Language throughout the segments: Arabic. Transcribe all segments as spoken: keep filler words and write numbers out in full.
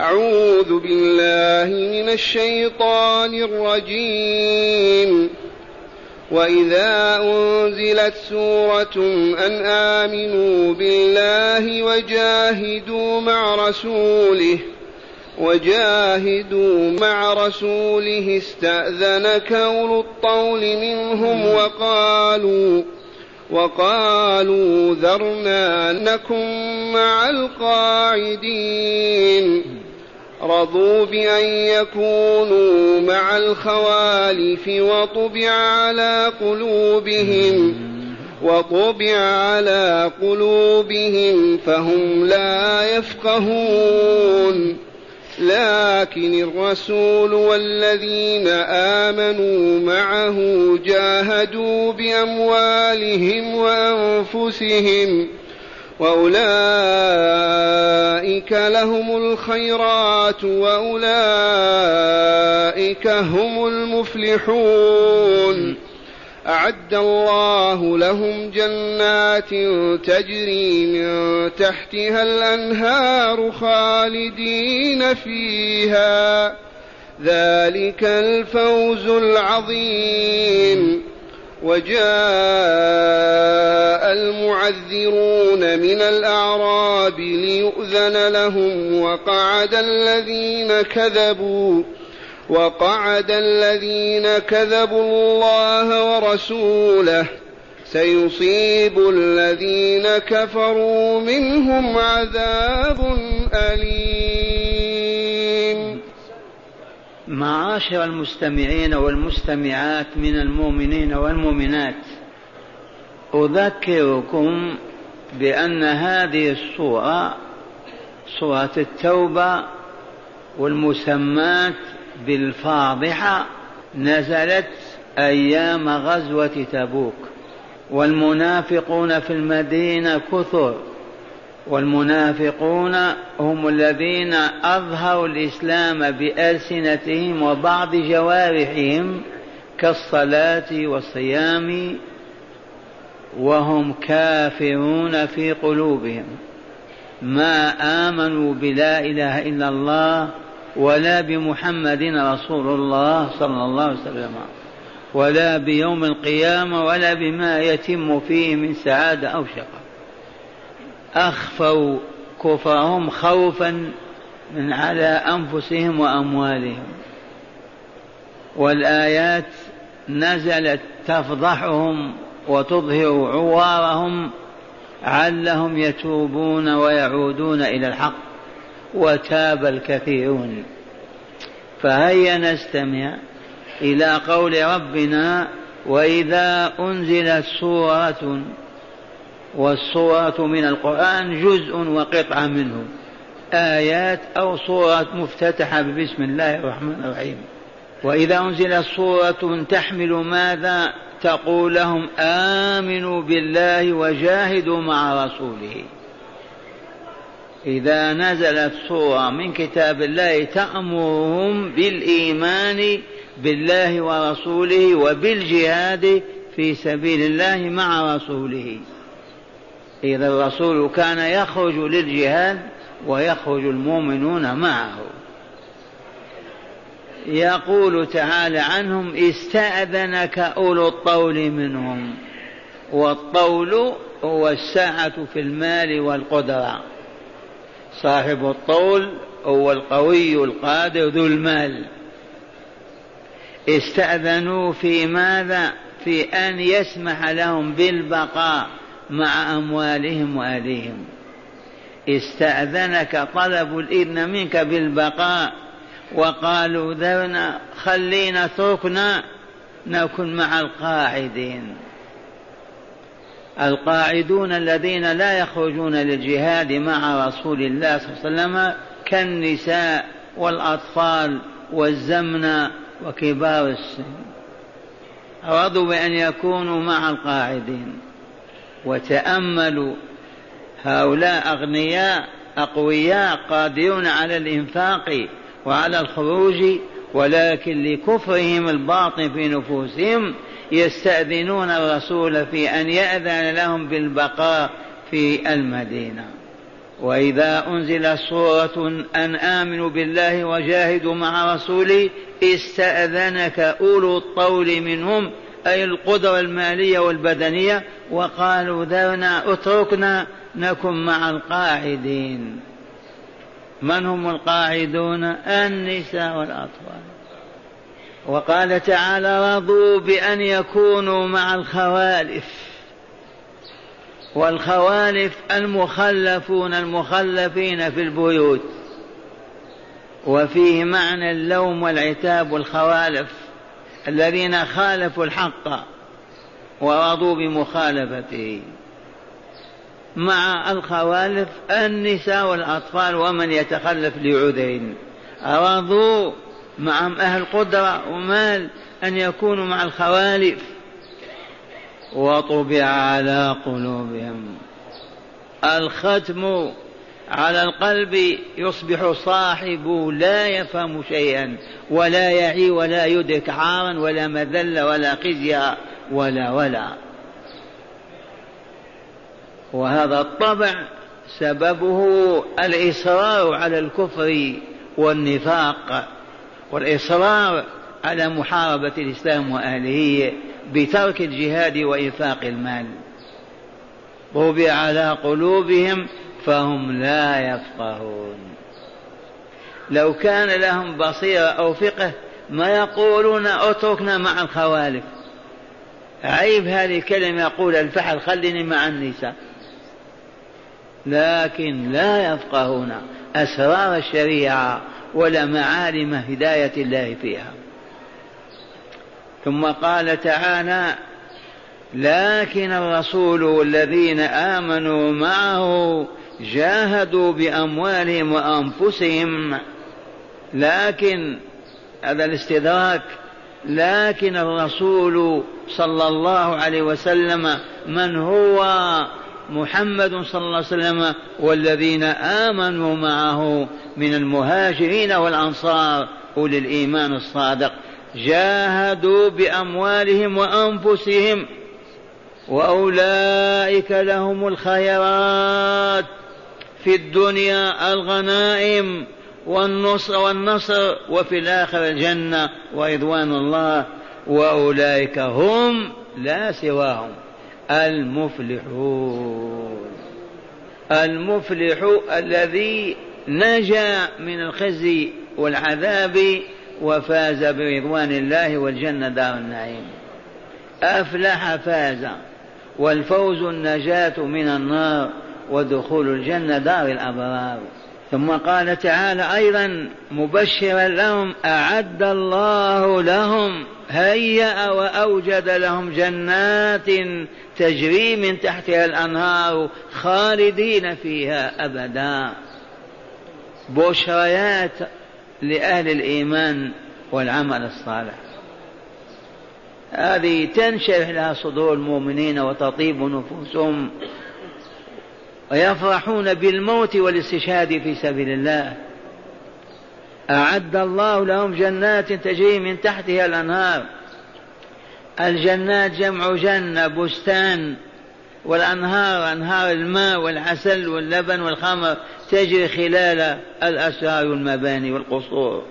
أعوذ بالله من الشيطان الرجيم. وإذا أنزلت سورة أن آمنوا بالله وجاهدوا مع رسوله وجاهدوا مع رسوله استأذنك أولو الطول منهم وقالوا وقالوا ذرنا نكن مع القاعدين رضوا بأن يكونوا مع الخوالف وطبع على قلوبهم وطبع على قلوبهم فهم لا يفقهون. لكن الرسول والذين آمنوا معه جاهدوا بأموالهم وأنفسهم وأولئك لهم الخيرات وأولئك هم المفلحون. أعد الله لهم جنات تجري من تحتها الأنهار خالدين فيها ذلك الفوز العظيم. وجاء المعذرون من الأعراب ليؤذن لهم وقعد الذين كذبوا وقعد الذين كذبوا الله ورسوله سيصيب الذين كفروا منهم عذاب أليم. معاشر المستمعين والمستمعات من المؤمنين والمؤمنات، أذكركم بأن هذه السورة سورة التوبة والمسمات بالفاضحة نزلت أيام غزوة تبوك، والمنافقون في المدينة كثر، والمنافقون هم الذين أظهروا الإسلام بألسنتهم وبعض جوارحهم كالصلاة والصيام، وهم كافرون في قلوبهم، ما آمنوا بلا إله إلا الله ولا بمحمد رسول الله صلى الله عليه وسلم ولا بيوم القيامة ولا بما يتم فيه من سعادة أو شقاء. أخفوا كفرهم خوفا من على أنفسهم وأموالهم، والآيات نزلت تفضحهم وتظهر عوارهم علهم يتوبون ويعودون إلى الحق، وتاب الكثيرون. فهيا نستمع إلى قول ربنا: وإذا أنزلت سورة، والسورة من القرآن جزء وقطعة منه، آيات أو سورة مفتتحة بسم الله الرحمن الرحيم. وإذا أنزلت سورة تحمل ماذا؟ تقول لهم آمنوا بالله وجاهدوا مع رسوله. إذا نزلت سورة من كتاب الله تأمرهم بالإيمان بالله ورسوله وبالجهاد في سبيل الله مع رسوله. إذا الرسول كان يخرج للجهاد ويخرج المؤمنون معه. يقول تعالى عنهم: استأذنك أولو الطول منهم. والطول هو السعة في المال والقدرة، صاحب الطول هو القوي القادر ذو المال. استأذنوا في ماذا؟ في أن يسمح لهم بالبقاء مع أموالهم وأهليهم. استأذنك طلب الإذن منك بالبقاء، وقالوا ذرنا، خلينا اتركنا نكن مع القاعدين. القاعدون الذين لا يخرجون للجهاد مع رسول الله صلى الله عليه وسلم كالنساء والأطفال والزمنة وكبار السن، رضوا بأن يكونوا مع القاعدين. وتأملوا، هؤلاء أغنياء أقوياء قادرون على الإنفاق وعلى الخروج، ولكن لكفرهم الباطن في نفوسهم يستأذنون الرسول في أن يأذن لهم بالبقاء في المدينة. وإذا أنزل سورة أن آمنوا بالله وجاهدوا مع رسوله استأذنك أولو الطول منهم أي القدرة المالية والبدنية وقالوا ذرنا اتركنا نكن مع القاعدين. من هم القاعدون؟ النساء والأطفال. وقال تعالى رضوا بأن يكونوا مع الخوالف، والخوالف المخلفون المخلفين في البيوت، وفيه معنى اللوم والعتاب. والخوالف الذين خالفوا الحق ورضوا بمخالفته. مع الخوالف النساء والأطفال ومن يتخلف لعذر، رضوا معهم أهل قدرة ومال أن يكونوا مع الخوالف. وطبع على قلوبهم، الختم على القلب يصبح صاحبه لا يفهم شيئا ولا يعي ولا يدرك عارا ولا مذلة ولا خزي ولا ولا. وهذا الطبع سببه الإصرار على الكفر والنفاق والإصرار على محاربة الإسلام وأهله بترك الجهاد وإنفاق المال. طبع على قلوبهم فهم لا يفقهون. لو كان لهم بصيرة أو فقه ما يقولون اتركنا مع الخوالف. عيب هذه الكلمة يقول الفحل خلني مع النساء، لكن لا يفقهون أسرار الشريعة ولا معالم هداية الله فيها. ثم قال تعالى لكن الرسول والذين آمنوا معه جاهدوا بأموالهم وأنفسهم. لكن هذا الاستدراك، لكن الرسول صلى الله عليه وسلم من هو؟ محمد صلى الله عليه وسلم والذين آمنوا معه من المهاجرين والأنصار أولي الإيمان الصادق. جاهدوا بأموالهم وأنفسهم وأولئك لهم الخيرات في الدنيا الغنائم والنصر والنصر وفي الآخرة الجنة ورضوان الله، وأولئك هم لا سواهم المفلحون. المفلح الذي نجا من الخزي والعذاب وفاز برضوان الله والجنة دار النعيم. أفلح فاز، والفوز النجاة من النار ودخول الجنة دار الأبرار. ثم قال تعالى أيضا مبشرا لهم أعد الله لهم هيأ وأوجد لهم جنات تجري من تحتها الأنهار خالدين فيها أبدا. بشريات لأهل الإيمان والعمل الصالح، هذه تنشرح لها صدور المؤمنين وتطيب نفوسهم ويفرحون بالموت والاستشهاد في سبيل الله. أعد الله لهم جنات تجري من تحتها الأنهار. الجنات جمع جنة بستان، والأنهار أنهار الماء والعسل واللبن والخمر تجري خلال الأسرار والمباني والقصور.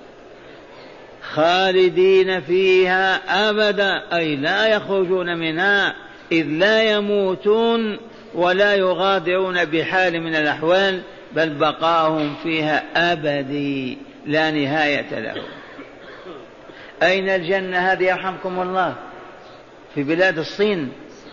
خالدين فيها أبدا أي لا يخرجون منها، إذ لا يموتون ولا يغادرون بحال من الأحوال، بل بقاهم فيها أبدي لا نهاية له. أين الجنة هذه يرحمكم الله؟ في بلاد الصين.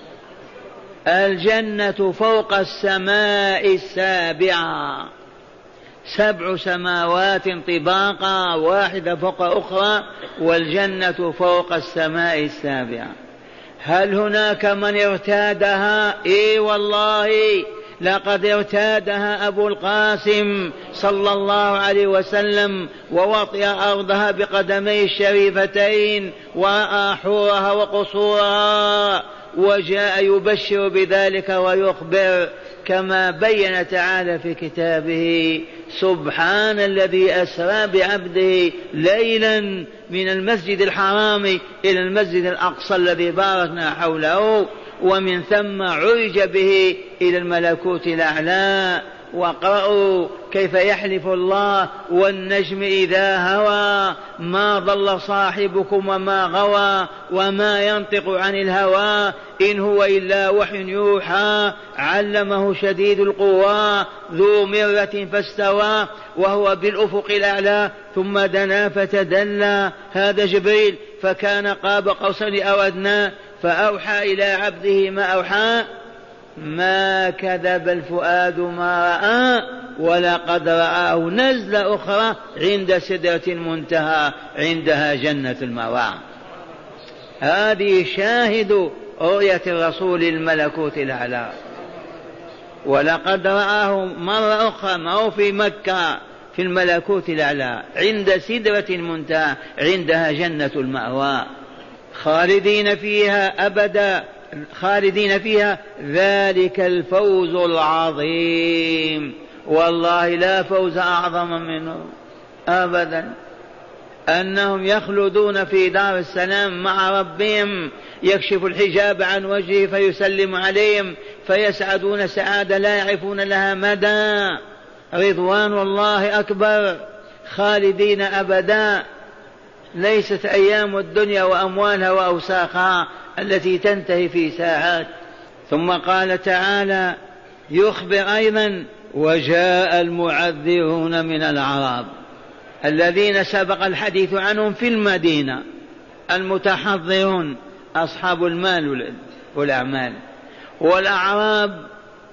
الجنة فوق السماء السابعة، سبع سماوات طباقا واحدة فوق أخرى، والجنة فوق السماء السابعة. هل هناك من ارتادها؟ إيه والله لقد ارتادها أبو القاسم صلى الله عليه وسلم ووطئ أرضها بقدميه الشريفتين ورأى حورها وقصورها، وجاء يبشر بذلك ويخبر كما بين تعالى في كتابه سبحان الذي أسرى بعبده ليلا من المسجد الحرام إلى المسجد الأقصى الذي باركنا حوله، ومن ثم عرج به إلى الملكوت الأعلى واقرأوا كيف يحلف الله والنجم إذا هوى ما ضل صاحبكم وما غوى وما ينطق عن الهوى إن هو إلا وحي يوحى علمه شديد القوى ذو مرة فاستوى وهو بالأفق الأعلى ثم دنا فتدلى هذا جبريل فكان قاب قوسين أو أدنى فأوحى إلى عبده ما أوحى ما كذب الفؤاد ما رأى ولقد رآه نزلة أخرى عند سدرة المنتهى عندها جنة المأوى. هذه شاهد رؤية الرسول الملكوت الأعلى. ولقد رآه مرة أخرى ما هو في مكة في الملكوت الأعلى عند سدرة المنتهى عندها جنة المأوى خالدين فيها أبدا خالدين فيها ذلك الفوز العظيم. والله لا فوز أعظم منه أبدا أنهم يخلدون في دار السلام مع ربهم يكشف الحجاب عن وجهه فيسلم عليهم فيسعدون سعادة لا يعرفون لها مدى رضوان الله أكبر خالدين أبدا. ليست أيام الدنيا وأموالها وأوساخها التي تنتهي في ساعات. ثم قال تعالى يخبر أيضا وجاء المعذرون من الأعراب الذين سبق الحديث عنهم في المدينة المتحضرون أصحاب المال والأعمال والأعراب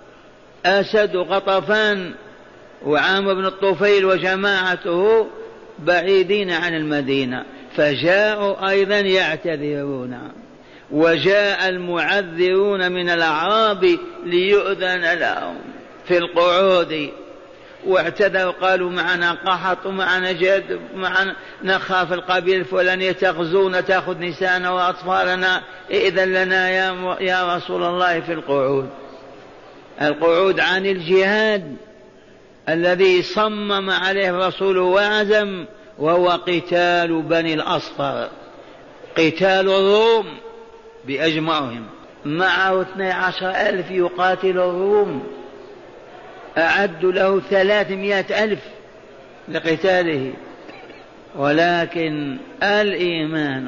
أسد غطفان وعامر بن الطفيل وجماعته بعيدين عن المدينة فجاءوا أيضا يعتذرون. وجاء المعذرون من الأعراب ليؤذن لهم في القعود واعتذروا قالوا معنا قحط ومعنا جد معنا نخاف القبيل الفلانية تغزونا تأخذ نساءنا وأطفالنا إذن لنا يا, يا رسول الله في القعود. القعود عن الجهاد الذي صمم عليه الرسول وعزم وهو قتال بني الأصفر قتال الروم بأجمعهم معه اثني عشر ألف يقاتل الروم أعد له ثلاثمائة ألف لقتاله. ولكن الإيمان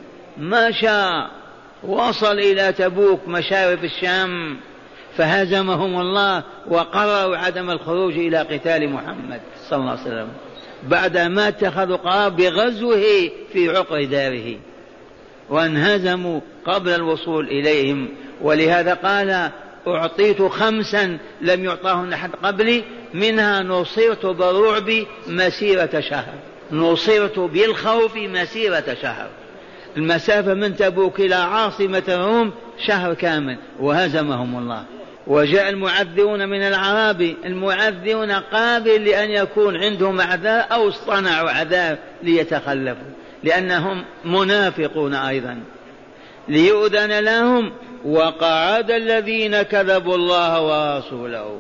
مشى وصل إلى تبوك مشارف الشام فهزمهم الله وقرروا عدم الخروج إلى قتال محمد صلى الله عليه وسلم بعدما اتخذوا قرار بغزوه في عقر داره وانهزموا قبل الوصول إليهم. ولهذا قال أعطيت خمسا لم يعطاهن أحد قبلي منها نصرت بالرعب مسيرة شهر نصرت بالخوف مسيرة شهر. المسافة من تبوك إلى عاصمة الروم شهر كامل وهزمهم الله. وجاء المعذرون من الأعراب المعذرون قابل لأن يكون عندهم عذاب أو اصطنعوا عذاب ليتخلفوا لأنهم منافقون أيضا ليؤذن لهم. وقعد الذين كذبوا الله ورسوله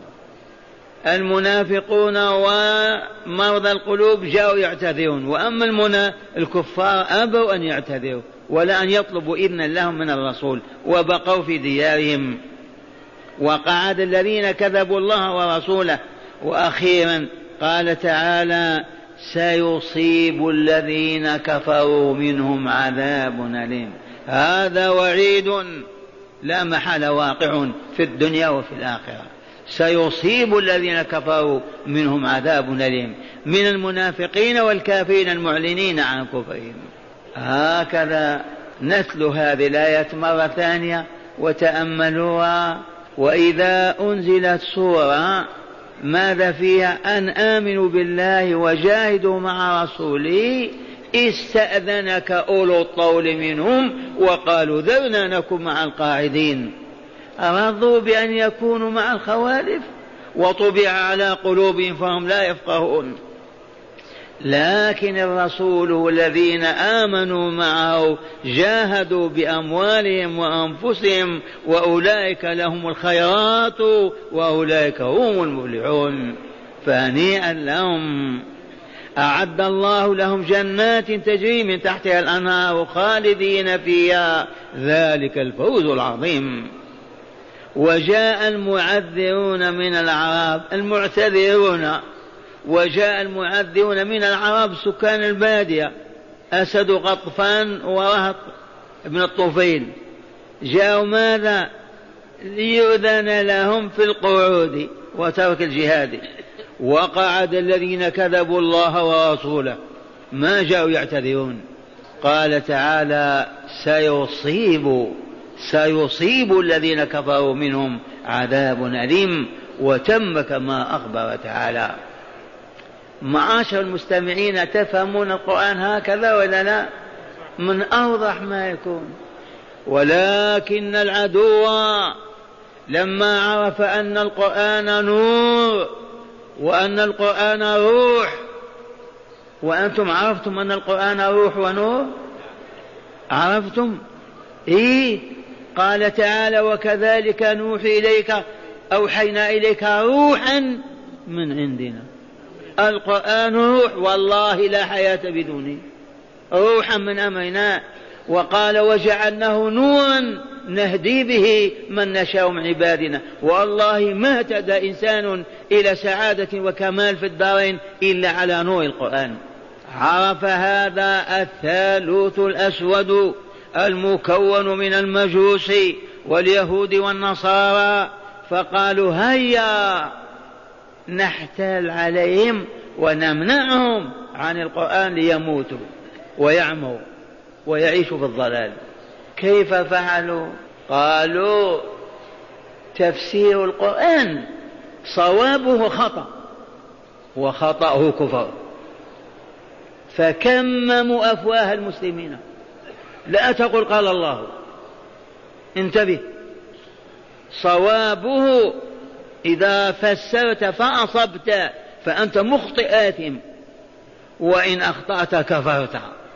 المنافقون ومرضى القلوب جاءوا يعتذرون وأما المنا الكفار أبوا أن يعتذروا ولا أن يطلبوا إذنا لهم من الرسول وبقوا في ديارهم. وقعد الذين كذبوا الله ورسوله. وأخيرا قال تعالى سيصيب الذين كفروا منهم عذاب أليم. هذا وعيد لا محل واقع في الدنيا وفي الآخرة. سيصيب الذين كفروا منهم عذاب أليم من المنافقين والكافرين المعلنين عن كفرهم. هكذا نتلو هذه الآيات مرة ثانية وتأملوها. وإذا أنزلت سورة ماذا فيها؟ أن آمنوا بالله وجاهدوا مع رسوله استأذنك أولو الطول منهم وقالوا ذرنا نكن مع القاعدين. رضوا بأن يكونوا مع الخوالف وطبع على قلوبهم فهم لا يفقهون. لكن الرسول والذين آمنوا معه جاهدوا بأموالهم وأنفسهم وأولئك لهم الخيرات وأولئك هم المفلحون فهنيئا لهم. أعد الله لهم جنات تجري من تحتها الأنهار خالدين فيها ذلك الفوز العظيم. وجاء المعذرون من الأعراب المعتذرون، وجاء المعذرون من العرب سكان البادية، أسد غطفان ورهط ابن الطفيل، جاءوا ماذا؟ ليؤذن لهم في القعود وترك الجهاد. وقعد الذين كذبوا الله ورسوله، ما جاءوا يعتذرون. قال تعالى سيصيب سيصيب الذين كفروا منهم عذاب أليم، وتم كما أخبر تعالى. معاشر المستمعين، تفهمون القرآن هكذا ولا لا؟ من أوضح ما يكون. ولكن العدو لما عرف أن القرآن نور وأن القرآن روح، وأنتم عرفتم أن القرآن روح ونور؟ عرفتم؟ إيه؟ قال تعالى وكذلك نوحي إليك أوحينا إليك روحا من عندنا. القرآن روح، والله لا حياة بدونه، روحا من أمرنا. وقال وجعلناه نورا نهدي به من نشاء من عبادنا. والله ما اهتدى إنسان إلى سعادة وكمال في الدارين إلا على نور القرآن. عرف هذا الثالوث الأسود المكون من المجوس واليهود والنصارى، فقالوا هيا نحتال عليهم ونمنعهم عن القرآن ليموتوا ويعموا ويعيشوا في الضلال. كيف فعلوا؟ قالوا تفسير القرآن صوابه خطأ وخطأه كفر، فكمموا أفواه المسلمين. لا تقل قال الله، انتبه، صوابه إذا فسرت فأصبت فأنت مخطئ آثم، وإن أخطأت كفرت.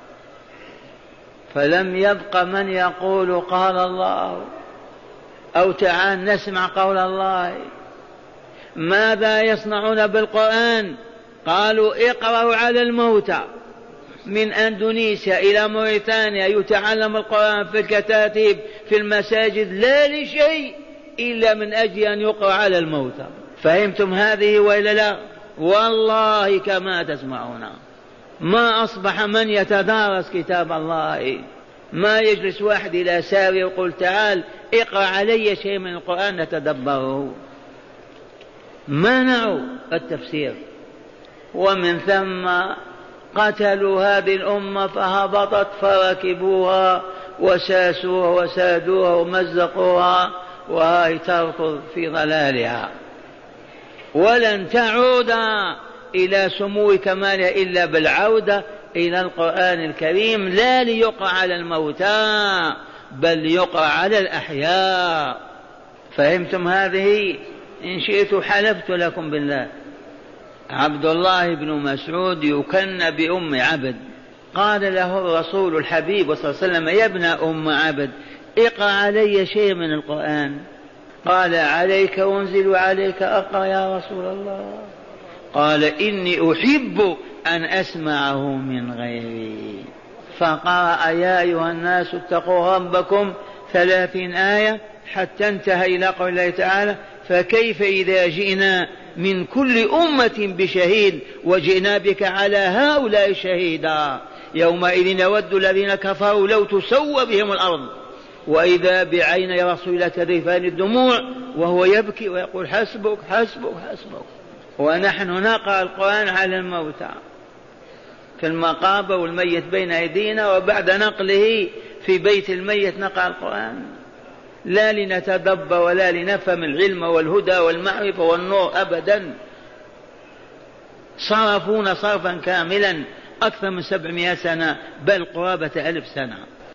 فلم يبق من يقول قال الله أو تعال نسمع قول الله. ماذا يصنعون بالقرآن؟ قالوا اقرأوا على الموتى من أندونيسيا إلى موريتانيا يتعلم القرآن في الكتاتيب في المساجد، لا لشيء إلا من أجل أن يقرأ على الموتى. فهمتم هذه وإلا لا؟ والله كما تسمعون ما أصبح من يتدارس كتاب الله، ما يجلس واحد إلى ساري ويقول تعال اقرأ علي شيء من القرآن نتدبره. منعوا التفسير، ومن ثم قتلوا هذه الأمة فهبطت فركبوها وساسوها وسادوها ومزقوها، وهي تركض في ضلالها ولن تعود إلى سمو كمالها إلا بالعودة إلى القرآن الكريم، لا ليقع على الموتى بل ليقع على الأحياء. فهمتم هذه؟ إن شئت حلفت لكم بالله. عبد الله بن مسعود يكن بأم عبد، قال له الرسول الحبيب صلى الله عليه وسلم يا ابن أم عبد اقرأ علي شيء من القرآن. قال عليك أنزل عليك أقرأ يا رسول الله. قال إني أحب أن أسمعه من غيري. فقرأ يا أيها الناس اتقوا ربكم ثلاثين آية حتى انتهى إلى قول الله تعالى فكيف إذا جئنا من كل أمة بشهيد وجئنا بك على هؤلاء شهيدا يومئذ يود الذين كفروا لو تسوى بهم الأرض وإذا بعيني رسول الله تذرفان الدموع وهو يبكي ويقول حسبك حسبك حسبك. ونحن نقرأ القرآن على الموتى في المقابر والميت بين أيدينا، وبعد نقله في بيت الميت نقرأ القرآن، لا لنتدبر ولا لنفهم العلم والهدى والمعرفة والنور أبدا. صرفون صرفا كاملا أكثر من سبعمائة سنة بل قرابة ألف سنة.